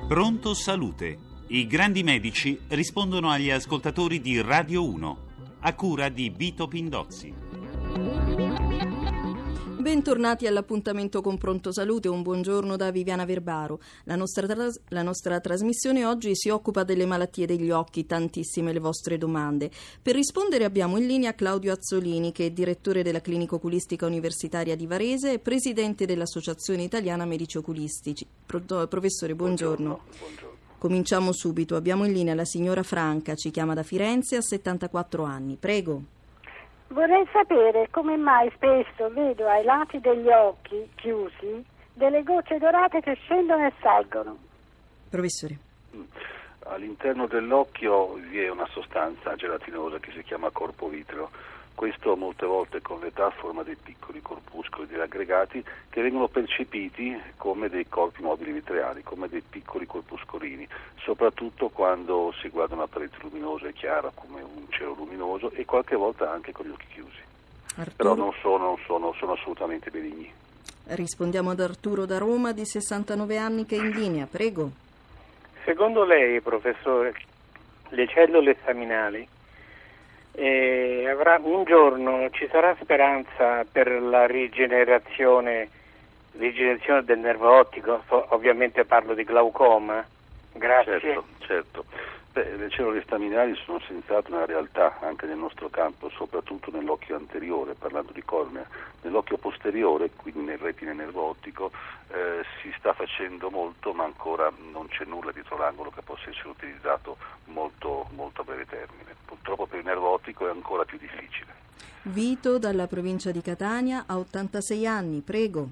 Pronto Salute. I grandi medici rispondono agli ascoltatori di Radio 1, a cura di Vito Pindozzi. Bentornati all'appuntamento con Pronto Salute, un buongiorno da Viviana Verbaro. La nostra trasmissione oggi si occupa delle malattie degli occhi, tantissime le vostre domande. Per rispondere abbiamo in linea Claudio Azzolini, che è direttore della Clinica Oculistica Universitaria di Varese e presidente dell'Associazione Italiana Medici Oculistici. Professore, buongiorno. Buongiorno. Cominciamo subito. Abbiamo in linea la signora Franca, ci chiama da Firenze, ha 74 anni. Prego. Vorrei sapere come mai spesso vedo ai lati degli occhi chiusi delle gocce dorate che scendono e salgono. Professore. All'interno dell'occhio vi è una sostanza gelatinosa che si chiama corpo vitreo. Questo molte volte con l'età forma dei piccoli corpuscoli, degli aggregati che vengono percepiti come dei corpi mobili vitreali, come dei piccoli corpuscolini, soprattutto quando si guarda una parete luminosa e chiara come un cielo luminoso e qualche volta anche con gli occhi chiusi. Arturo. Però non sono assolutamente benigni. Rispondiamo ad Arturo da Roma di 69 anni che è in linea, prego. Secondo lei, professore, le cellule staminali un giorno ci sarà speranza per la rigenerazione del nervo ottico? Ovviamente parlo di glaucoma. Grazie. Certo. Le cellule staminali sono senz'altro una realtà anche nel nostro campo, soprattutto nell'occhio anteriore, parlando di cornea. Nell'occhio posteriore, quindi nel retine nervo ottico, si sta facendo molto, ma ancora non c'è nulla dietro l'angolo che possa essere utilizzato molto a breve termine. Purtroppo per il nervo ottico è ancora più difficile. Vito dalla provincia di Catania ha 86 anni, prego.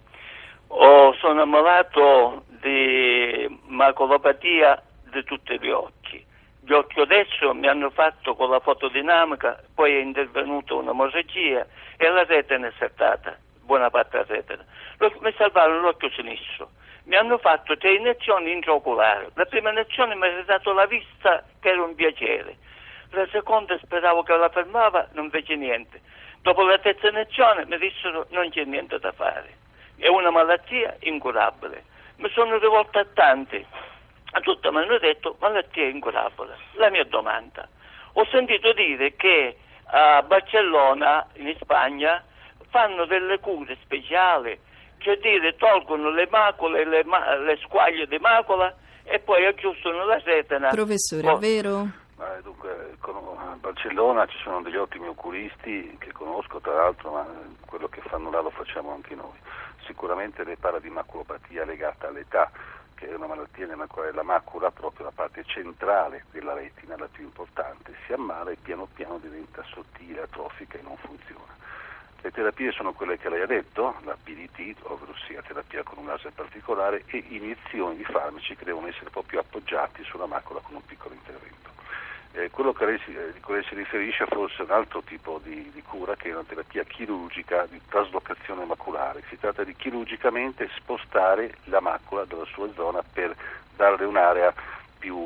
Sono ammalato di maculopatia di tutti gli occhi. Gli occhi adesso mi hanno fatto con la fotodinamica, poi è intervenuta un'emorragia e la retina è saltata, buona parte della retina. Mi salvarono l'occhio sinistro. Mi hanno fatto 3 iniezioni intraoculari. La prima iniezione mi ha dato la vista, che era un piacere. La seconda speravo che la fermava, non fece niente. Dopo la terza iniezione mi dissero non c'è niente da fare. È una malattia incurabile. Mi sono rivolto a tanti. A tutti mi hanno detto malattia incurabile. La mia domanda: ho sentito dire che a Barcellona, in Spagna, fanno delle cure speciali, cioè dire tolgono le macule, le squaglie di macula e poi aggiustano la retina. Professore, è vero? Dunque, a Barcellona ci sono degli ottimi oculisti che conosco, tra l'altro, ma quello che fanno là lo facciamo anche noi. Sicuramente lei parla di maculopatia legata all'età, che è una malattia nella quale la macula, proprio la parte centrale della retina, la più importante, si ammala e piano piano diventa sottile, atrofica e non funziona. Le terapie sono quelle che lei ha detto, la PDT, ovvero sia terapia con un laser particolare, e iniezioni di farmaci che devono essere proprio appoggiati sulla macula con un piccolo intervento. Quello di cui lei si riferisce forse è un altro tipo di cura, che è una terapia chirurgica di traslocazione maculare. Si tratta di chirurgicamente spostare la macula dalla sua zona per darle un'area più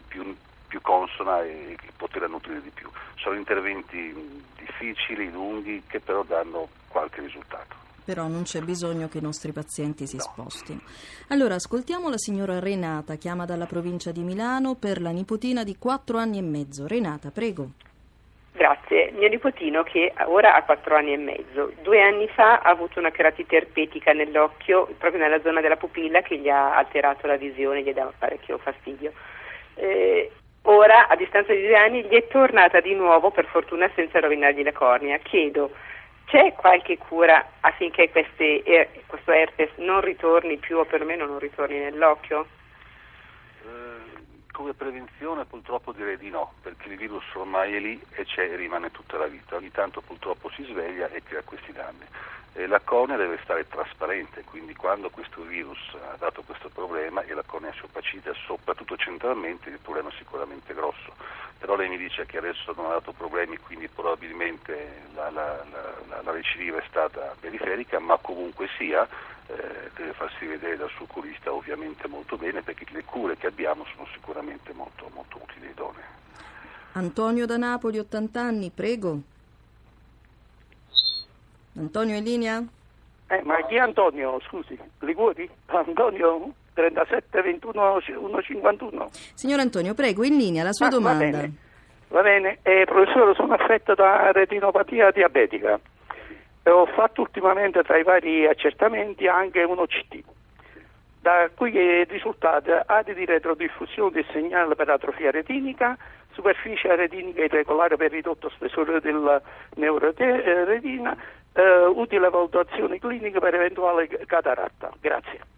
consona e poterla nutrire di più. Sono interventi difficili, lunghi, che però danno qualche risultato. Però non c'è bisogno che i nostri pazienti si spostino. Allora, ascoltiamo la signora Renata, chiama dalla provincia di Milano per la nipotina di 4 anni e mezzo. Renata, prego. Grazie. Mio nipotino, che ora ha 4 anni e mezzo, 2 anni fa ha avuto una cheratite erpetica nell'occhio, proprio nella zona della pupilla, che gli ha alterato la visione, gli dà parecchio fastidio. Ora, a distanza di 2 anni, gli è tornata di nuovo, per fortuna senza rovinargli la cornea. Chiedo, c'è qualche cura affinché questo herpes non ritorni più, o perlomeno non ritorni nell'occhio? Come prevenzione purtroppo direi di no, perché il virus ormai è lì e c'è e rimane tutta la vita. Ogni tanto purtroppo si sveglia e crea questi danni. La cornea deve stare trasparente, quindi quando questo virus ha dato questo problema e la cornea si è opacita, soprattutto centralmente, il problema è sicuramente grosso. Però lei mi dice che adesso non ha dato problemi, quindi probabilmente la recidiva è stata periferica, ma comunque sia deve farsi vedere dal suo oculista ovviamente molto bene, perché le cure che abbiamo sono sicuramente molto, molto utili e idonee. Antonio da Napoli, 80 anni, prego. Antonio in linea? Ma chi è Antonio? Scusi, Liguori? Antonio? 37 21 151. Signor Antonio, prego, in linea la sua domanda. Va bene. Professore, sono affetto da retinopatia diabetica. Ho fatto ultimamente tra i vari accertamenti anche un OCT, da cui è risultata adi di retrodiffusione del segnale per atrofia retinica, superficie retinica irregolare per ridotto spessore della neuroretina, utile valutazione clinica per eventuale cataratta. Grazie.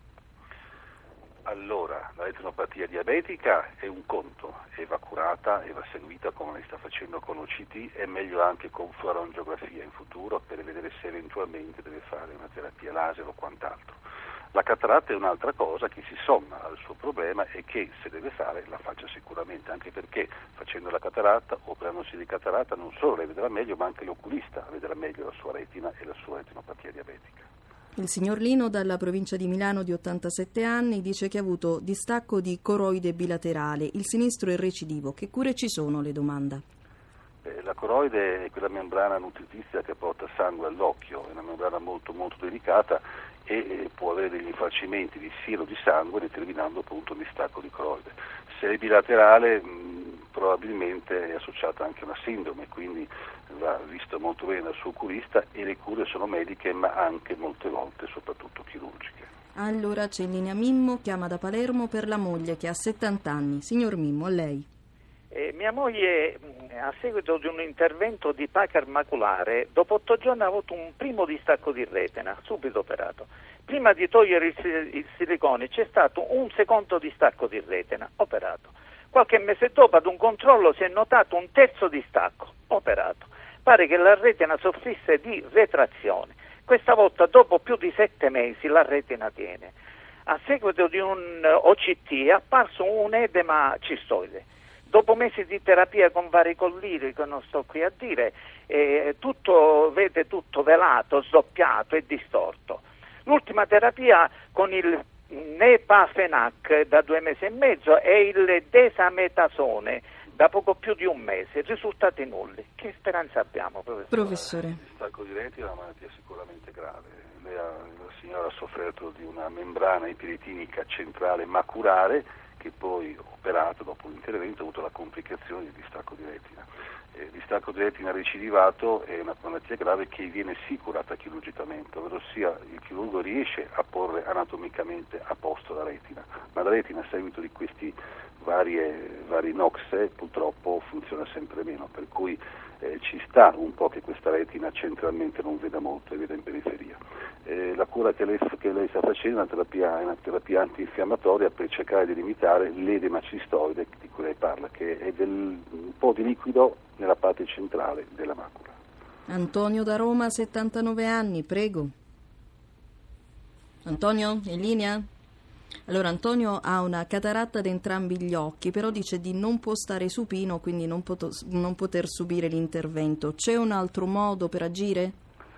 Allora, la retinopatia diabetica è un conto, e va curata e va seguita come lei sta facendo con l'OCT, è meglio anche con fluorangiografia in futuro per vedere se eventualmente deve fare una terapia laser o quant'altro. La cataratta è un'altra cosa che si somma al suo problema e che se deve fare la faccia sicuramente, anche perché facendo la cataratta, operandosi di cataratta, non solo lei vedrà meglio ma anche l'oculista vedrà meglio la sua retina e la sua retinopatia diabetica. Il signor Lino dalla provincia di Milano di 87 anni dice che ha avuto distacco di coroide bilaterale, il sinistro è recidivo. Che cure ci sono, le domanda? La coroide è quella membrana nutritizia che porta sangue all'occhio, è una membrana molto molto delicata e può avere degli infarcimenti di siero di sangue determinando appunto un distacco di coroide. Se è bilaterale probabilmente è associata anche a una sindrome, quindi va visto molto bene dal suo oculista e le cure sono mediche ma anche molte volte soprattutto chirurgiche. Allora c'è in linea Mimmo, chiama da Palermo per la moglie che ha 70 anni. Signor Mimmo, a lei. Mia moglie, a seguito di un intervento di Packer maculare, dopo 8 giorni ha avuto un primo distacco di retina, subito operato. Prima di togliere il silicone c'è stato un secondo distacco di retina, operato. Qualche mese dopo, ad un controllo, si è notato un terzo distacco, operato. Pare che la retina soffrisse di retrazione. Questa volta, dopo più di 7 mesi, la retina tiene. A seguito di un OCT è apparso un edema cistoide. Dopo mesi di terapia con vari colliri, che non sto qui a dire, vede tutto velato, sdoppiato e distorto. L'ultima terapia con il Nepafenac da 2 mesi e mezzo e il Desametasone da poco più di un mese, risultati nulli. Che speranza abbiamo, professore? Il distacco di retina è una malattia sicuramente grave. La signora ha sofferto di una membrana epiretinica centrale maculare che poi operato dopo l'intervento ha avuto la complicazione di distacco di retina. Il distacco di retina recidivato è una malattia grave che viene sì curata chirurgicamente, ovvero sia il chirurgo riesce a porre anatomicamente a posto la retina, ma la retina a seguito di questi vari nox purtroppo funziona sempre meno, per cui ci sta un po' che questa retina centralmente non veda molto e veda in periferia. La cura che lei sta facendo è una terapia antinfiammatoria per cercare di limitare l'edema cistoide di cui lei parla, che è un po' di liquido nella parte centrale della macula. Antonio da Roma, 79 anni, prego. Antonio, in linea? Allora, Antonio ha una cataratta da entrambi gli occhi, però dice di non può stare supino, quindi non poter subire l'intervento. C'è un altro modo per agire?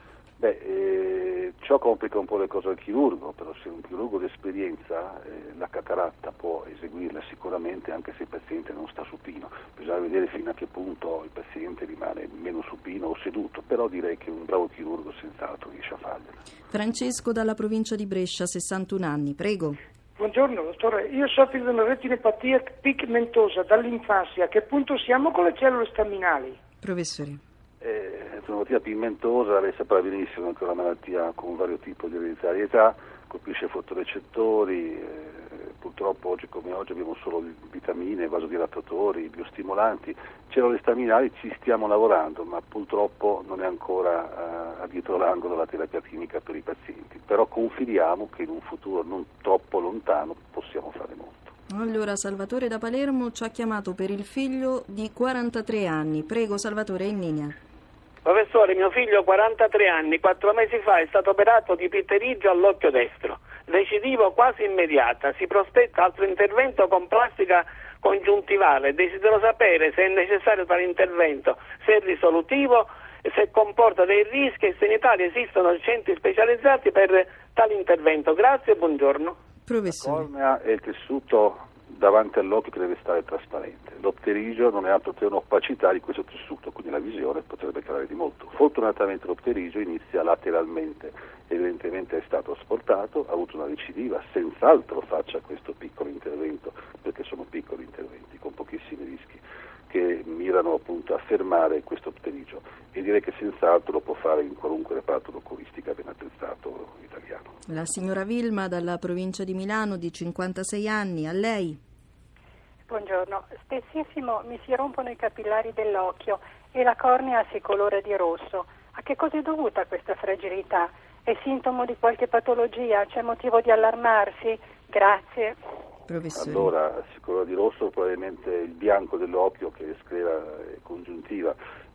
Ciò complica un po' le cose al chirurgo, però se un chirurgo di esperienza la cataratta può eseguirla sicuramente anche se il paziente non sta supino. Bisogna vedere fino a che punto il paziente rimane meno supino o seduto, però direi che un bravo chirurgo senz'altro riesce a fargliela. Francesco dalla provincia di Brescia, 61 anni, prego. Buongiorno dottore, io soffro di una retinopatia pigmentosa dall'infanzia. A che punto siamo con le cellule staminali? Professore. La malattia pigmentosa, lei saprà benissimo che è una malattia con vario tipo di ereditarietà, colpisce fotorecettori, purtroppo oggi come oggi abbiamo solo vitamine, vasodilatatori, biostimolanti, cellule staminali ci stiamo lavorando, ma purtroppo non è ancora dietro l'angolo la terapia clinica per i pazienti, però confidiamo che in un futuro non troppo lontano possiamo fare molto. Allora, Salvatore da Palermo ci ha chiamato per il figlio di 43 anni. Prego, Salvatore, in linea. Professore, mio figlio 43 anni, 4 mesi fa è stato operato di pitterigio all'occhio destro, recidivo quasi immediata, si prospetta altro intervento con plastica congiuntivale. Desidero sapere se è necessario fare intervento, se è risolutivo, se comporta dei rischi e se in Italia esistono centri specializzati per tale intervento. Grazie e buongiorno. Professore. La cornea è il tessuto davanti all'occhio che deve stare trasparente. L'opterigio non è altro che un'opacità di questo tessuto, quindi la visione potrebbe calare di molto. Fortunatamente l'opterigio inizia lateralmente, evidentemente è stato asportato, ha avuto una recidiva, senz'altro faccia questo piccolo intervento, perché sono piccoli interventi con pochissimi rischi che mirano appunto a fermare questo opterigio, e direi che senz'altro lo può fare in qualunque reparto d'oculistica ben attrezzato italiano. La signora Vilma dalla provincia di Milano, di 56 anni, a lei. Buongiorno, spessissimo mi si rompono i capillari dell'occhio e la cornea si colora di rosso. A che cosa è dovuta questa fragilità? È sintomo di qualche patologia? C'è motivo di allarmarsi? Grazie. Professore. Allora, si colora di rosso probabilmente il bianco dell'occhio, che è sclera congiuntiva.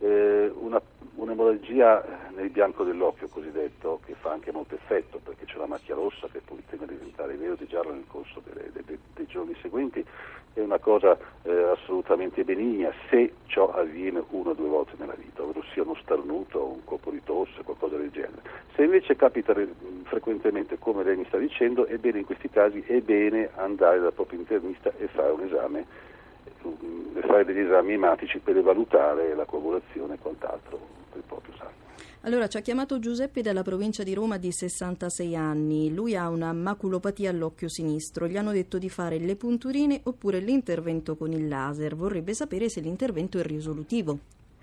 Un'emorragia nel bianco dell'occhio cosiddetto, che fa anche molto effetto perché c'è una macchia rossa che poi tende a diventare verde giallo nel corso dei giorni seguenti, è una cosa assolutamente benigna se ciò avviene 1 o 2 volte nella vita, ovvero sia uno starnuto, un colpo di tosse, qualcosa del genere. Se invece capita frequentemente, come lei mi sta dicendo, ebbene in questi casi è bene andare dal proprio internista e fare un esame, fare degli esami ematici per valutare la coagulazione e quant'altro del proprio sangue. Allora, ci ha chiamato Giuseppe dalla provincia di Roma, di 66 anni. Lui ha una maculopatia all'occhio sinistro. Gli hanno detto di fare le punturine oppure l'intervento con il laser. Vorrebbe sapere se l'intervento è risolutivo.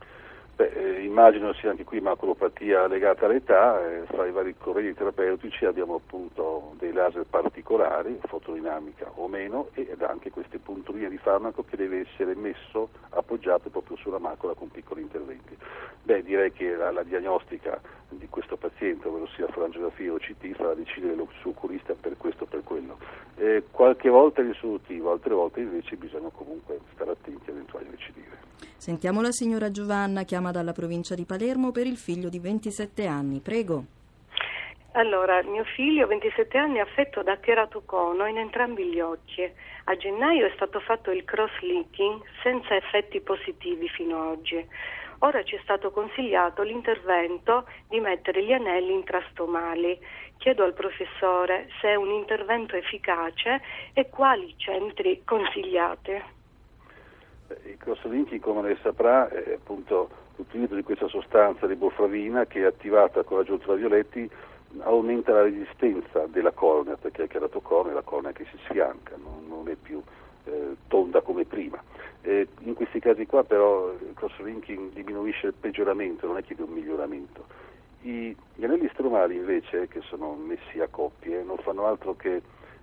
Immagino sia anche qui maculopatia legata all'età. Fra i vari corredi terapeutici abbiamo appunto dei laser particolari, fotodinamica o meno, ed anche queste punturine di farmaco che deve essere messo appoggiato proprio sulla macola con piccoli interventi. Direi che la diagnostica di questo paziente, ovvero sia frangiografia o CT, farà decidere il suo oculista per questo o per quello. Qualche volta è risolutivo, altre volte invece bisogna comunque stare attenti a eventuali recidive. Sentiamo la signora Giovanna, chiama dalla provincia di Palermo per il figlio di 27 anni. Prego. Allora, mio figlio, 27 anni, è affetto da keratocono in entrambi gli occhi. A gennaio è stato fatto il cross-linking senza effetti positivi fino ad oggi. Ora ci è stato consigliato l'intervento di mettere gli anelli intrastomali. Chiedo al professore se è un intervento efficace e quali centri consigliate. Il cross-linking, come lei saprà, è appunto l'utilizzo di questa sostanza riboflavina che, attivata con raggi ultravioletti, aumenta la resistenza della cornea, perché il keratocono è la cornea che si sfianca, non è più tonda come prima. In questi casi qua però il cross-linking diminuisce il peggioramento, non è che di un miglioramento. Gli anelli stromali invece, che sono messi a coppie, non fanno altro che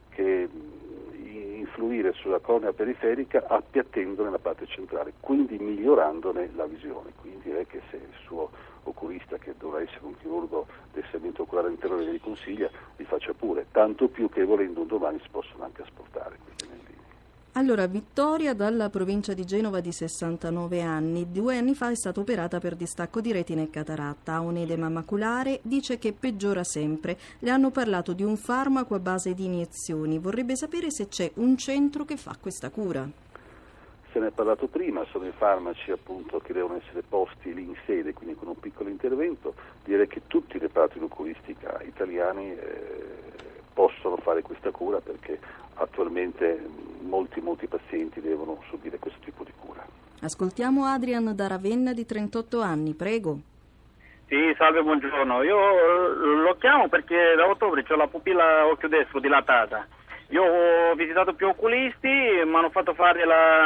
influire sulla cornea periferica appiattendo nella parte centrale, quindi migliorandone la visione. Quindi direi che se il suo oculista, che dovrà essere un chirurgo del segmento oculare anteriore, li consiglia, li faccia pure, tanto più che volendo un domani si possono anche asportare questi anellini. Allora, Vittoria dalla provincia di Genova, di 69 anni, 2 anni fa è stata operata per distacco di retina e cataratta, ha un edema maculare, dice che peggiora sempre. Le hanno parlato di un farmaco a base di iniezioni, vorrebbe sapere se c'è un centro che fa questa cura. Se ne è parlato prima, sono i farmaci appunto che devono essere posti lì in sede, quindi con un piccolo intervento. Direi che tutti i reparti di oculistica italiani possono fare questa cura, perché attualmente molti pazienti devono subire questo tipo di cura. Ascoltiamo Adrian da Ravenna, di 38 anni, prego. Sì, salve, buongiorno. Io lo chiamo perché da ottobre ho la pupilla occhio destro dilatata. Io ho visitato più oculisti, mi hanno fatto fare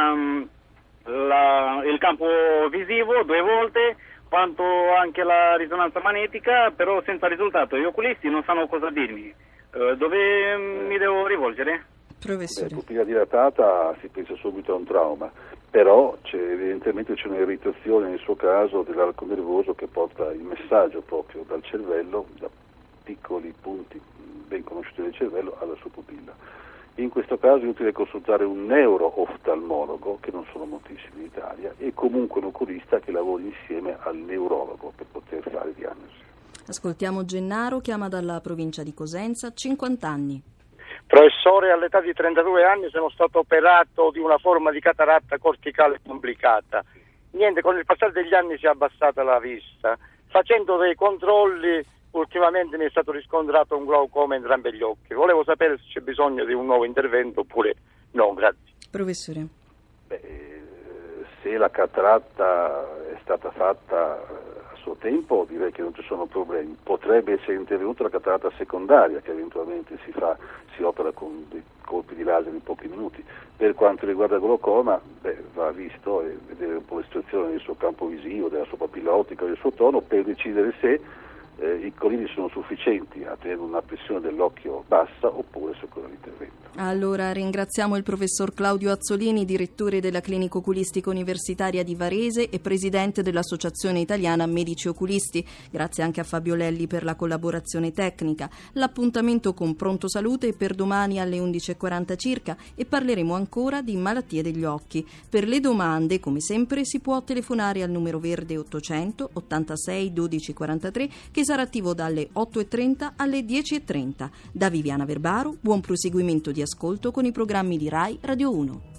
il campo visivo 2 volte, quanto anche la risonanza magnetica, però senza risultato. Gli oculisti non sanno cosa dirmi. Dove mi devo rivolgere? Professore. Pupilla dilatata si pensa subito a un trauma, però evidentemente c'è un'irritazione nel suo caso dell'arco nervoso che porta il messaggio proprio dal cervello, da piccoli punti ben conosciuti del cervello, alla sua pupilla. In questo caso è utile consultare un neuro-oftalmologo, che non sono moltissimi in Italia, e comunque un oculista che lavori insieme al neurologo per poter fare diagnosi. Ascoltiamo Gennaro, chiama dalla provincia di Cosenza, 50 anni. Professore, all'età di 32 anni sono stato operato di una forma di cataratta corticale complicata. Niente, con il passare degli anni si è abbassata la vista. Facendo dei controlli, ultimamente mi è stato riscontrato un glaucoma in entrambi gli occhi. Volevo sapere se c'è bisogno di un nuovo intervento oppure No, grazie. Professore. Se la cataratta è stata fatta a suo tempo, direi che non ci sono problemi. Potrebbe essere intervenuta la cataratta secondaria, che eventualmente si opera con dei colpi di laser in pochi minuti. Per quanto riguarda il glaucoma, va visto e vedere un po' la situazione del suo campo visivo, della sua papilla ottica, del suo tono, per decidere se i colini sono sufficienti a tenere una pressione dell'occhio bassa oppure se occorre l'intervento. Allora ringraziamo il professor Claudio Azzolini, direttore della Clinica Oculistica Universitaria di Varese e presidente dell'Associazione Italiana Medici Oculisti. Grazie anche a Fabio Lelli per la collaborazione tecnica. L'appuntamento con Pronto Salute è per domani alle 11:40 circa e parleremo ancora di malattie degli occhi. Per le domande, come sempre, si può telefonare al numero verde 800 86 12 43 che sarà attivo dalle 8:30 alle 10:30. Da Viviana Verbaro, buon proseguimento di ascolto con i programmi di Rai Radio 1.